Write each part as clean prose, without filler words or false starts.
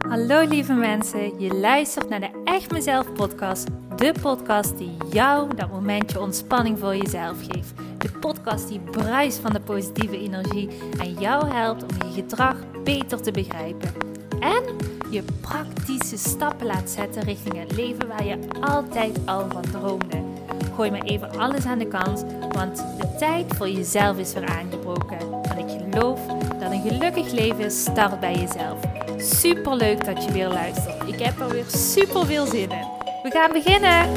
Hallo lieve mensen, je luistert naar de Echt Mezelf podcast. De podcast die jou dat momentje ontspanning voor jezelf geeft. De podcast die bruist van de positieve energie en jou helpt om je gedrag beter te begrijpen. En je praktische stappen laat zetten richting het leven waar je altijd al van droomde. Gooi maar even alles aan de kant, want de tijd voor jezelf is weer aangebroken. En ik geloof dat een gelukkig leven start bij jezelf. Super leuk dat je weer luistert. Ik heb er weer super veel zin in. We gaan beginnen!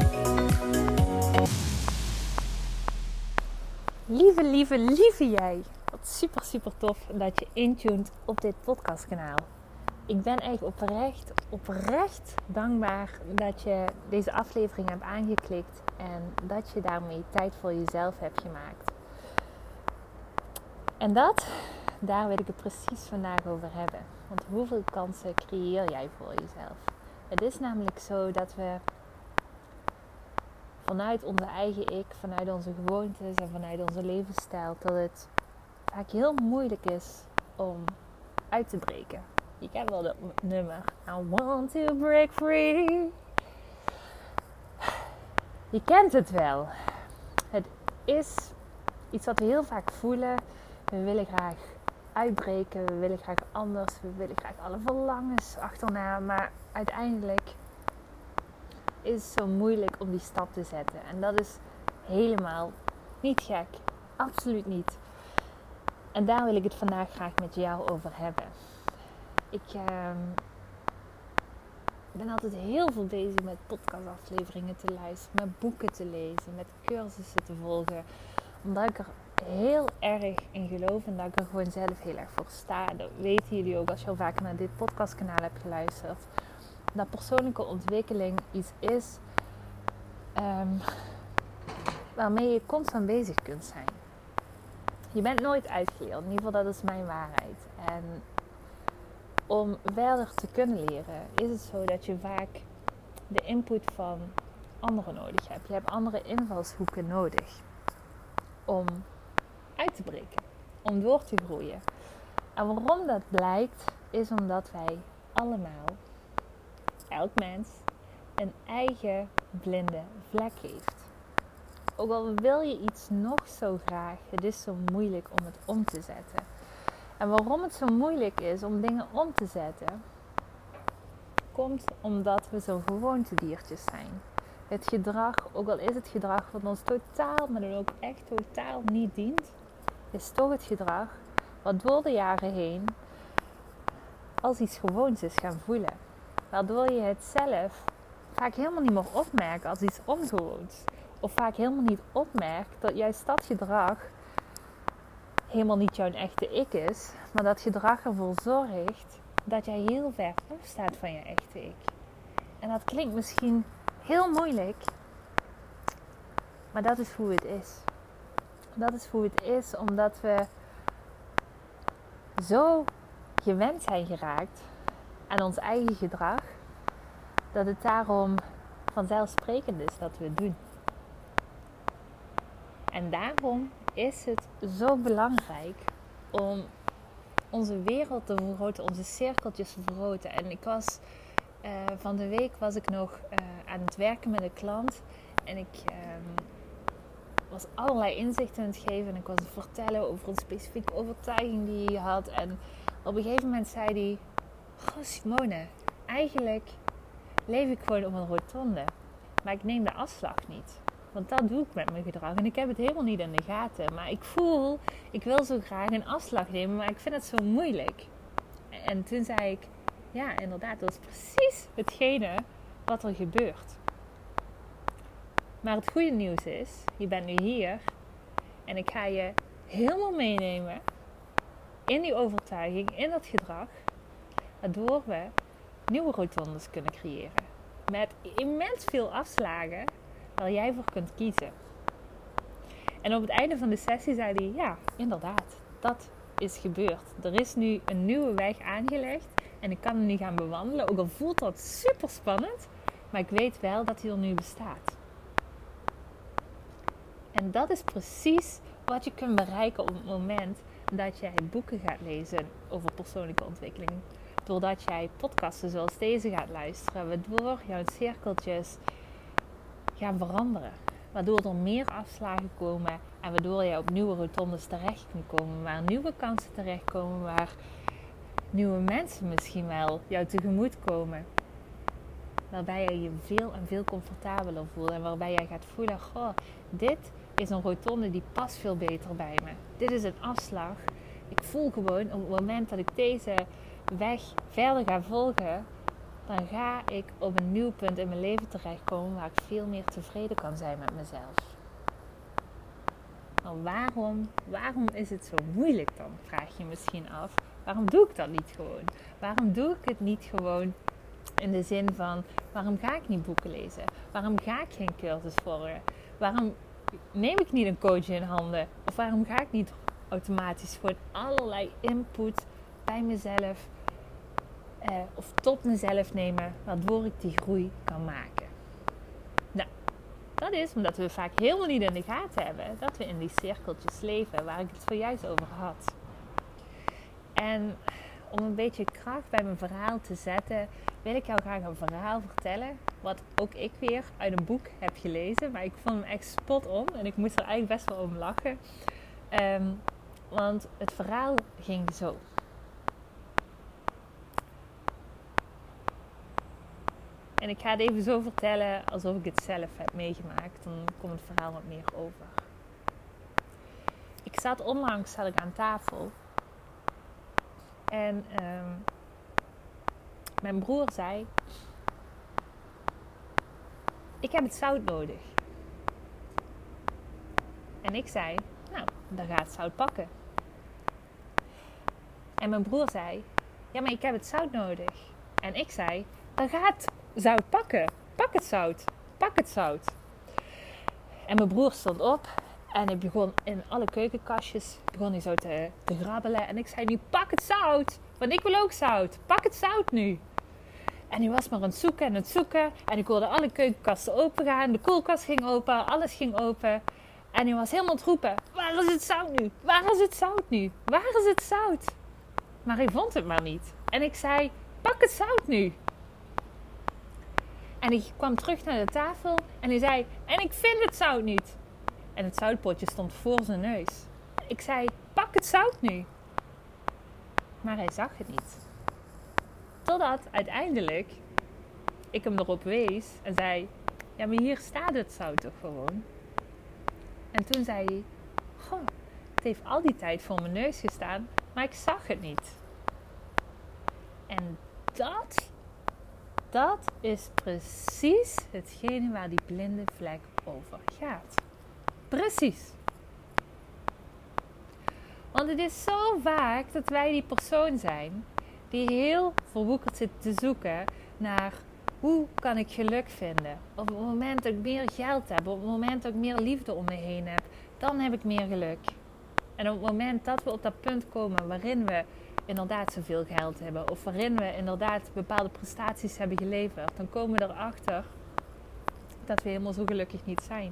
Lieve jij. Wat super tof dat je intuned op dit podcastkanaal. Ik ben echt oprecht dankbaar dat je deze aflevering hebt aangeklikt en dat je daarmee tijd voor jezelf hebt gemaakt. En daar wil ik het precies vandaag over hebben. Want hoeveel kansen creëer jij voor jezelf? Het is namelijk zo dat we vanuit onze eigen ik, vanuit onze gewoontes en vanuit onze levensstijl, dat het vaak heel moeilijk is om uit te breken. Je kent wel dat nummer. I want to break free. Je kent het wel. Het is iets wat we heel vaak voelen. We willen graag uitbreken. We willen graag anders. We willen graag alle verlangens achterna. Maar uiteindelijk is het zo moeilijk om die stap te zetten. En dat is helemaal niet gek. Absoluut niet. En daar wil ik het vandaag graag met jou over hebben. Ik ben altijd heel veel bezig met podcastafleveringen te luisteren, met boeken te lezen, met cursussen te volgen. Omdat ik er heel erg in geloof en dat ik er gewoon zelf heel erg voor sta. Dat weten jullie ook als je al vaker naar dit podcastkanaal hebt geluisterd. Dat persoonlijke ontwikkeling iets is waarmee je constant bezig kunt zijn. Je bent nooit uitgeleerd, in ieder geval dat is mijn waarheid. En om verder te kunnen leren is het zo dat je vaak de input van anderen nodig hebt. Je hebt andere invalshoeken nodig om uit te breken, om door te groeien. En waarom dat blijkt, is omdat wij allemaal, elk mens, een eigen blinde vlek heeft. Ook al wil je iets nog zo graag, het is zo moeilijk om het om te zetten. En waarom het zo moeilijk is om dingen om te zetten, komt omdat we zo gewoontediertjes zijn. Het gedrag, ook al is het gedrag wat ons totaal, maar dan ook echt totaal niet dient, is toch het gedrag wat door de jaren heen als iets gewoons is gaan voelen. Waardoor je het zelf vaak helemaal niet meer opmerkt als iets ongewoons. Of vaak helemaal niet opmerkt dat juist dat gedrag helemaal niet jouw echte ik is, maar dat gedrag ervoor zorgt dat jij heel ver afstaat van je echte ik. En dat klinkt misschien heel moeilijk, maar dat is hoe het is. Dat is hoe het is omdat we zo gewend zijn geraakt aan ons eigen gedrag, dat het daarom vanzelfsprekend is dat we het doen. En daarom is het zo belangrijk om onze wereld te vergroten, onze cirkeltjes te vergroten. En ik was van de week nog aan het werken met een klant en ik was allerlei inzichten aan het geven en ik was het vertellen over een specifieke overtuiging die hij had. En op een gegeven moment zei hij: "Goh Simone, eigenlijk leef ik gewoon op een rotonde, maar ik neem de afslag niet. Want dat doe ik met mijn gedrag. En ik heb het helemaal niet in de gaten. Maar ik wil zo graag een afslag nemen. Maar ik vind het zo moeilijk." En toen zei ik: ja, inderdaad, dat is precies hetgene wat er gebeurt. Maar het goede nieuws is, je bent nu hier. En ik ga je helemaal meenemen in die overtuiging, in dat gedrag. Waardoor we nieuwe rotondes kunnen creëren. Met immens veel afslagen waar jij voor kunt kiezen. En op het einde van de sessie zei hij: ja, inderdaad, dat is gebeurd. Er is nu een nieuwe weg aangelegd en ik kan hem nu gaan bewandelen. Ook al voelt dat super spannend, maar ik weet wel dat hij er nu bestaat. En dat is precies wat je kunt bereiken op het moment dat jij boeken gaat lezen over persoonlijke ontwikkeling. doordat jij podcasten zoals deze gaat luisteren, waardoor jouw cirkeltjes gaan veranderen. Waardoor er meer afslagen komen en waardoor je op nieuwe rotondes terecht kunt komen. Waar nieuwe kansen terechtkomen, waar nieuwe mensen misschien wel jou tegemoet komen. Waarbij je je veel en veel comfortabeler voelt. En waarbij jij gaat voelen, goh, dit is een rotonde die past veel beter bij me. Dit is een afslag. Ik voel gewoon op het moment dat ik deze weg verder ga volgen, dan ga ik op een nieuw punt in mijn leven terechtkomen waar ik veel meer tevreden kan zijn met mezelf. Nou, waarom is het zo moeilijk dan? Vraag je misschien af. Waarom doe ik dat niet gewoon? Waarom doe ik het niet gewoon in de zin van, waarom ga ik niet boeken lezen? Waarom ga ik geen cursus volgen? Waarom neem ik niet een coach in handen? Of waarom ga ik niet automatisch gewoon allerlei input bij mezelf of tot mezelf nemen, waardoor ik die groei kan maken? Nou, dat is omdat we vaak helemaal niet in de gaten hebben dat we in die cirkeltjes leven waar ik het zojuist over had. En om een beetje kracht bij mijn verhaal te zetten, wil ik jou graag een verhaal vertellen. Wat ook ik weer uit een boek heb gelezen. Maar ik vond hem echt spot on. En ik moest er eigenlijk best wel om lachen. Want het verhaal ging zo. En ik ga het even zo vertellen alsof ik het zelf heb meegemaakt. Dan komt het verhaal wat meer over. Onlangs zat ik aan tafel. En mijn broer zei, ik heb het zout nodig. En ik zei, nou, dan ga het zout pakken. En mijn broer zei, ja, maar ik heb het zout nodig. En ik zei, dan ga het zout pakken. Pak het zout. Pak het zout. En mijn broer stond op en ik begon in alle keukenkastjes zo te grabbelen. En ik zei nu, pak het zout. Want ik wil ook zout. Pak het zout nu. En hij was maar aan het zoeken en het zoeken. En ik hoorde alle keukenkasten open gaan. De koelkast ging open. Alles ging open. En hij was helemaal aan het roepen. Waar is het zout nu? Waar is het zout nu? Waar is het zout? Maar hij vond het maar niet. En ik zei, pak het zout nu. En ik kwam terug naar de tafel. En hij zei, en ik vind het zout niet. En het zoutpotje stond voor zijn neus. Ik zei, pak het zout nu. Maar hij zag het niet. Totdat uiteindelijk ik hem erop wees en zei, ja, maar hier staat het zout toch gewoon. En toen zei hij, goh, het heeft al die tijd voor mijn neus gestaan, maar ik zag het niet. En dat is precies hetgene waar die blinde vlek over gaat. Precies. Want het is zo vaak dat wij die persoon zijn die heel verwoekerd zit te zoeken naar hoe kan ik geluk vinden. Op het moment dat ik meer geld heb, op het moment dat ik meer liefde om me heen heb, dan heb ik meer geluk. En op het moment dat we op dat punt komen waarin we inderdaad zoveel geld hebben, of waarin we inderdaad bepaalde prestaties hebben geleverd, dan komen we erachter dat we helemaal zo gelukkig niet zijn.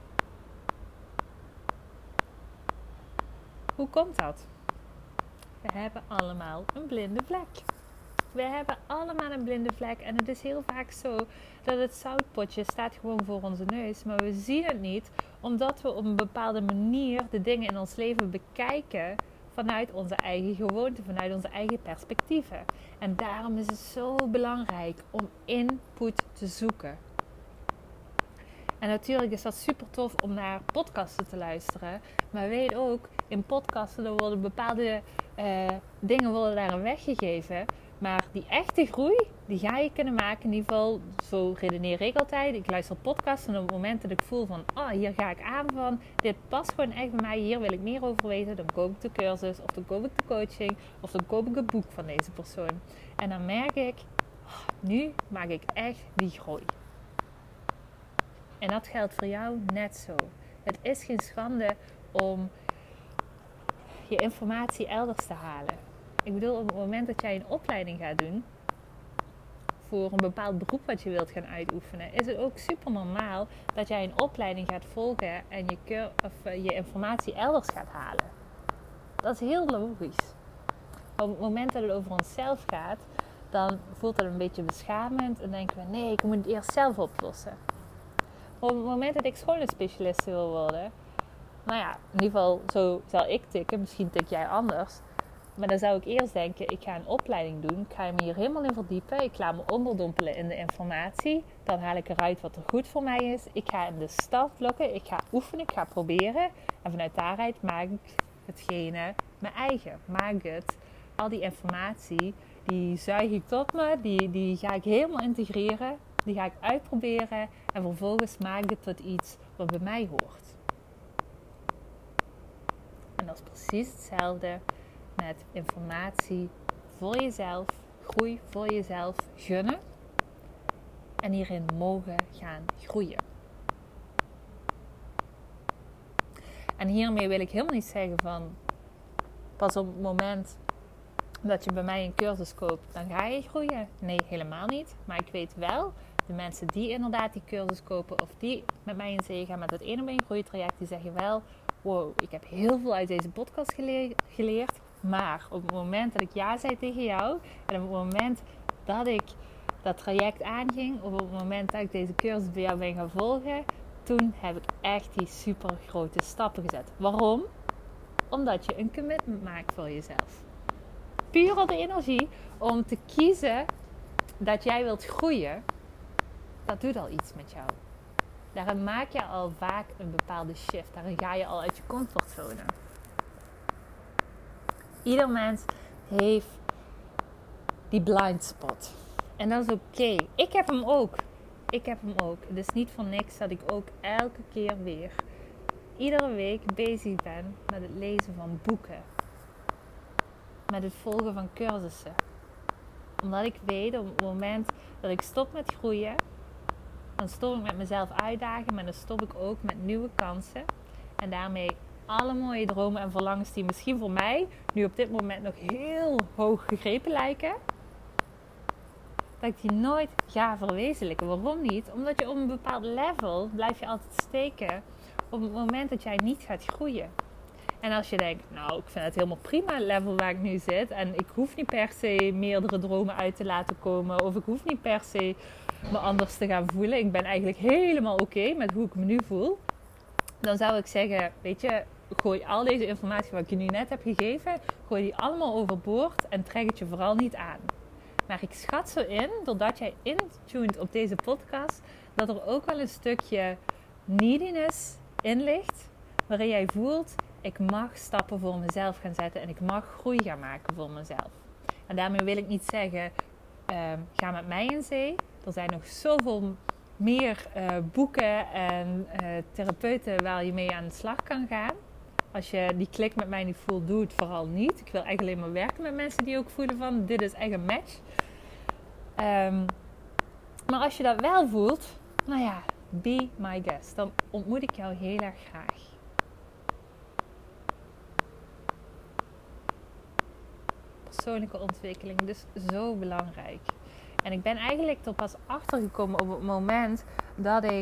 Hoe komt dat? We hebben allemaal een blinde vlek. We hebben allemaal een blinde vlek. En het is heel vaak zo dat het zoutpotje staat gewoon voor onze neus. Maar we zien het niet, omdat we op een bepaalde manier de dingen in ons leven bekijken vanuit onze eigen gewoonten, vanuit onze eigen perspectieven. En daarom is het zo belangrijk om input te zoeken. En natuurlijk is dat super tof om naar podcasten te luisteren. Maar weet ook, in podcasten er worden bepaalde dingen worden daarin weggegeven. Maar die echte groei, die ga je kunnen maken. In ieder geval, zo redeneer ik altijd. Ik luister podcasts en op het moment dat ik voel van, hier ga ik aan van. Dit past gewoon echt bij mij. Hier wil ik meer over weten. Dan koop ik de cursus, of dan koop ik de coaching, of dan koop ik het boek van deze persoon. En dan merk ik, nu maak ik echt die groei. En dat geldt voor jou net zo. Het is geen schande om je informatie elders te halen. Ik bedoel, op het moment dat jij een opleiding gaat doen voor een bepaald beroep wat je wilt gaan uitoefenen, is het ook super normaal dat jij een opleiding gaat volgen en je informatie elders gaat halen. Dat is heel logisch. Op het moment dat het over onszelf gaat, dan voelt het een beetje beschamend. En denken we, nee, ik moet het eerst zelf oplossen. Op het moment dat ik schoonheidsspecialiste wil worden, nou ja, in ieder geval zo zal ik tikken. Misschien tik jij anders. Maar dan zou ik eerst denken, ik ga een opleiding doen. Ik ga me hier helemaal in verdiepen. Ik laat me onderdompelen in de informatie. Dan haal ik eruit wat er goed voor mij is. Ik ga in de startblokken. Ik ga oefenen. Ik ga proberen. En vanuit daaruit maak ik hetgene mijn eigen. Maak het. Al die informatie, die zuig ik tot me. Die ga ik helemaal integreren. Die ga ik uitproberen. En vervolgens maak ik het tot iets wat bij mij hoort. En dat is precies hetzelfde met informatie voor jezelf, groei voor jezelf gunnen en hierin mogen gaan groeien. En hiermee wil ik helemaal niet zeggen van pas op het moment dat je bij mij een cursus koopt, dan ga je groeien. Nee, helemaal niet. Maar ik weet wel, de mensen die inderdaad die cursus kopen of die met mij in zee gaan met het 1-op-1 groeitraject, die zeggen wel, wow, ik heb heel veel uit deze podcast geleerd. Maar op het moment dat ik ja zei tegen jou en op het moment dat ik dat traject aanging, op het moment dat ik deze cursus bij jou ben gaan volgen, toen heb ik echt die super grote stappen gezet. Waarom? Omdat je een commitment maakt voor jezelf. Puur op de energie om te kiezen dat jij wilt groeien, dat doet al iets met jou. Daarin maak je al vaak een bepaalde shift. Daarin ga je al uit je comfortzone. Ieder mens heeft die blind spot. En dat is oké. Ik heb hem ook. Het is niet voor niks dat ik ook elke keer weer iedere week bezig ben met het lezen van boeken. Met het volgen van cursussen. Omdat ik weet op het moment dat ik stop met groeien, dan stop ik met mezelf uitdagen, maar dan stop ik ook met nieuwe kansen. En daarmee alle mooie dromen en verlangens die misschien voor mij nu op dit moment nog heel hoog gegrepen lijken, dat ik die nooit ga verwezenlijken. Waarom niet? Omdat je op een bepaald level blijf je altijd steken op het moment dat jij niet gaat groeien. En als je denkt, nou, ik vind het helemaal prima het level waar ik nu zit en ik hoef niet per se meerdere dromen uit te laten komen of ik hoef niet per se me anders te gaan voelen. Ik ben eigenlijk helemaal oké met hoe ik me nu voel. Dan zou ik zeggen, weet je, gooi al deze informatie wat ik je nu net heb gegeven, gooi die allemaal overboord en trek het je vooral niet aan. Maar ik schat zo in, doordat jij intuned op deze podcast, dat er ook wel een stukje neediness in ligt, waarin jij voelt, ik mag stappen voor mezelf gaan zetten en ik mag groei gaan maken voor mezelf. En daarmee wil ik niet zeggen, ga met mij in zee. Er zijn nog zoveel meer boeken en therapeuten waar je mee aan de slag kan gaan. Als je die klik met mij niet voelt, doe het vooral niet. Ik wil echt alleen maar werken met mensen die ook voelen van, dit is echt een match. Maar als je dat wel voelt, nou ja, be my guest. Dan ontmoet ik jou heel erg graag. Persoonlijke ontwikkeling, dus zo belangrijk. En ik ben eigenlijk er pas achter gekomen op het moment dat ik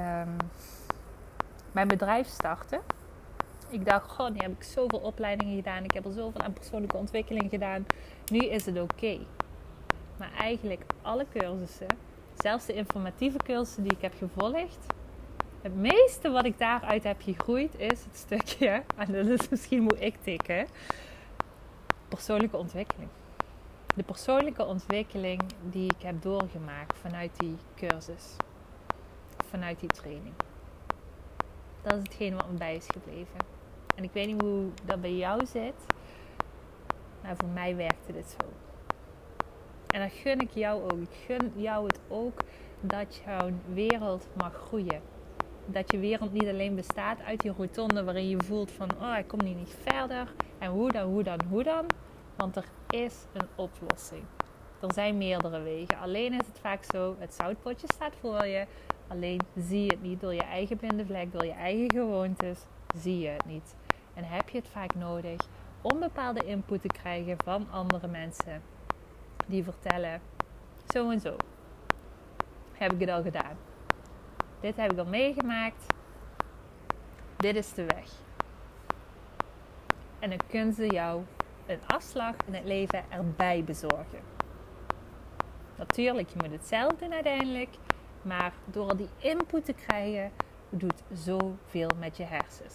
mijn bedrijf startte. Ik dacht, goh, nu heb ik zoveel opleidingen gedaan. Ik heb er zoveel aan persoonlijke ontwikkeling gedaan. Nu is het oké. Maar eigenlijk alle cursussen, zelfs de informatieve cursussen die ik heb gevolgd, het meeste wat ik daaruit heb gegroeid is het stukje, en dat is misschien hoe ik tikken, persoonlijke ontwikkeling. De persoonlijke ontwikkeling die ik heb doorgemaakt vanuit die cursus. Vanuit die training. Dat is hetgeen wat me bij is gebleven. En ik weet niet hoe dat bij jou zit. Maar voor mij werkte dit zo. En dat gun ik jou ook. Ik gun jou het ook dat jouw wereld mag groeien. Dat je wereld niet alleen bestaat uit die rotonde waarin je voelt van, oh, ik kom hier niet verder. En hoe dan. Want er is een oplossing. Er zijn meerdere wegen. Alleen is het vaak zo, het zoutpotje staat voor je. Alleen zie je het niet door je eigen blinde vlek, door je eigen gewoontes. Zie je het niet. En heb je het vaak nodig om bepaalde input te krijgen van andere mensen. Die vertellen, zo en zo. Heb ik het al gedaan. Dit heb ik al meegemaakt. Dit is de weg. En dan kunnen ze jou een afslag in het leven erbij bezorgen. Natuurlijk, je moet het zelf doen uiteindelijk. Maar door al die input te krijgen, doet zoveel met je hersens.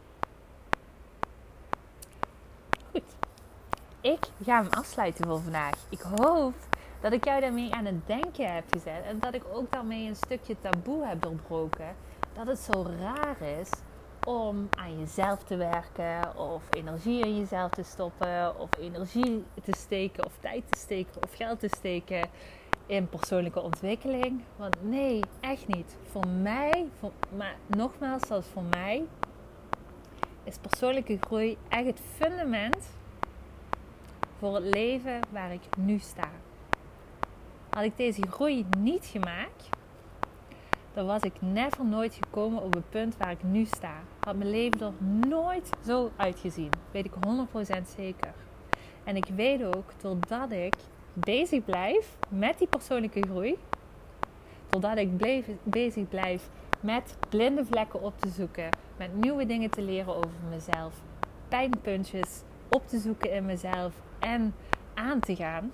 Goed. Ik ga hem afsluiten voor vandaag. Ik hoop dat ik jou daarmee aan het denken heb gezet. En dat ik ook daarmee een stukje taboe heb doorbroken. Dat het zo raar is om aan jezelf te werken. Of energie in jezelf te stoppen. Of energie te steken. Of tijd te steken. Of geld te steken in persoonlijke ontwikkeling. Want nee, echt niet. Voor mij, maar nogmaals, zoals voor mij, is persoonlijke groei echt het fundament voor het leven waar ik nu sta. Had ik deze groei niet gemaakt, dan was ik nooit gekomen op het punt waar ik nu sta. Had mijn leven er nooit zo uitgezien. Weet ik 100% zeker. En ik weet ook, doordat ik bezig blijf met die persoonlijke groei, doordat ik bezig blijf met blinde vlekken op te zoeken, met nieuwe dingen te leren over mezelf, pijnpuntjes op te zoeken in mezelf en aan te gaan,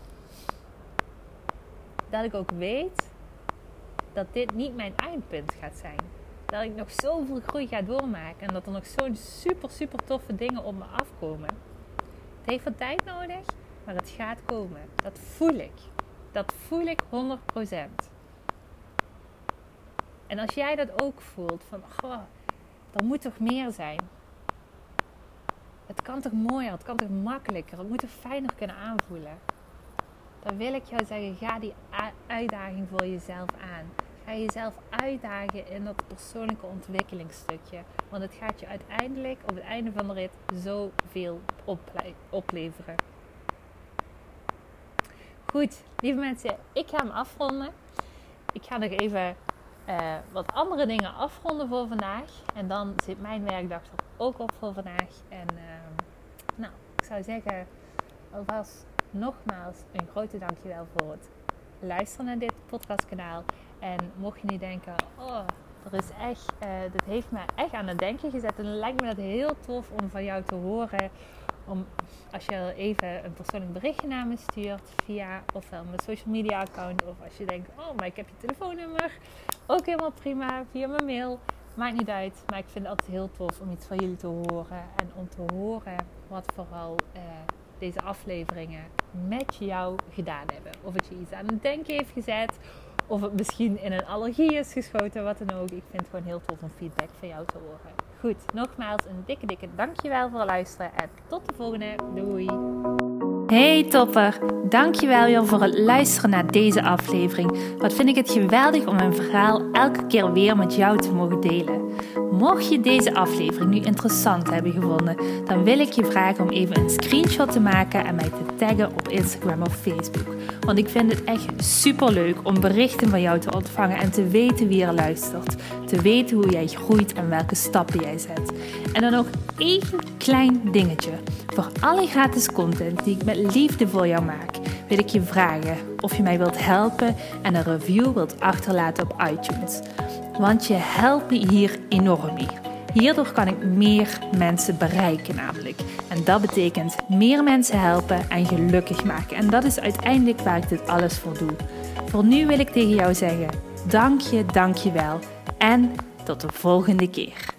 dat ik ook weet dat dit niet mijn eindpunt gaat zijn. Dat ik nog zoveel groei ga doormaken en dat er nog zo'n super toffe dingen op me afkomen. Het heeft wat tijd nodig, maar het gaat komen. Dat voel ik. Dat voel ik 100%. En als jij dat ook voelt, van er moet toch meer zijn. Het kan toch mooier, het kan toch makkelijker, het moet toch fijner kunnen aanvoelen. Dan wil ik jou zeggen, ga die uitdaging voor jezelf aan. Ga jezelf uitdagen in dat persoonlijke ontwikkelingsstukje. Want het gaat je uiteindelijk op het einde van de rit zoveel opleveren. Ook lieve mensen, ik ga hem afronden. Ik ga nog even wat andere dingen afronden voor vandaag. En dan zit mijn werkdag er ook op voor vandaag. En ik zou zeggen, alvast nogmaals een grote dankjewel voor het luisteren naar dit podcastkanaal. En mocht je nu denken, er is echt, dit heeft me echt aan het denken gezet. En dan lijkt me dat heel tof om van jou te horen. Als je even een persoonlijk berichtje naar me stuurt via ofwel mijn social media account. Of als je denkt, maar ik heb je telefoonnummer. Ook helemaal prima, via mijn mail. Maakt niet uit, maar ik vind het altijd heel tof om iets van jullie te horen. En om te horen wat vooral deze afleveringen met jou gedaan hebben. Of het je iets aan het denken heeft gezet. Of het misschien in een allergie is geschoten, wat dan ook. Ik vind het gewoon heel tof om feedback van jou te horen. Goed, nogmaals een dikke dankjewel voor het luisteren. En tot de volgende. Doei! Hey topper, dankjewel weer voor het luisteren naar deze aflevering. Wat vind ik het geweldig om mijn verhaal elke keer weer met jou te mogen delen. Mocht je deze aflevering nu interessant hebben gevonden, dan wil ik je vragen om even een screenshot te maken en mij te taggen op Instagram of Facebook. Want ik vind het echt superleuk om berichten van jou te ontvangen en te weten wie er luistert. Te weten hoe jij groeit en welke stappen jij zet. En dan nog één klein dingetje. Voor alle gratis content die ik met liefde voor jou maak, wil ik je vragen of je mij wilt helpen en een review wilt achterlaten op iTunes. Want je helpt me hier enorm mee. Hierdoor kan ik meer mensen bereiken namelijk. En dat betekent meer mensen helpen en gelukkig maken. En dat is uiteindelijk waar ik dit alles voor doe. Voor nu wil ik tegen jou zeggen, dank je wel. En tot de volgende keer.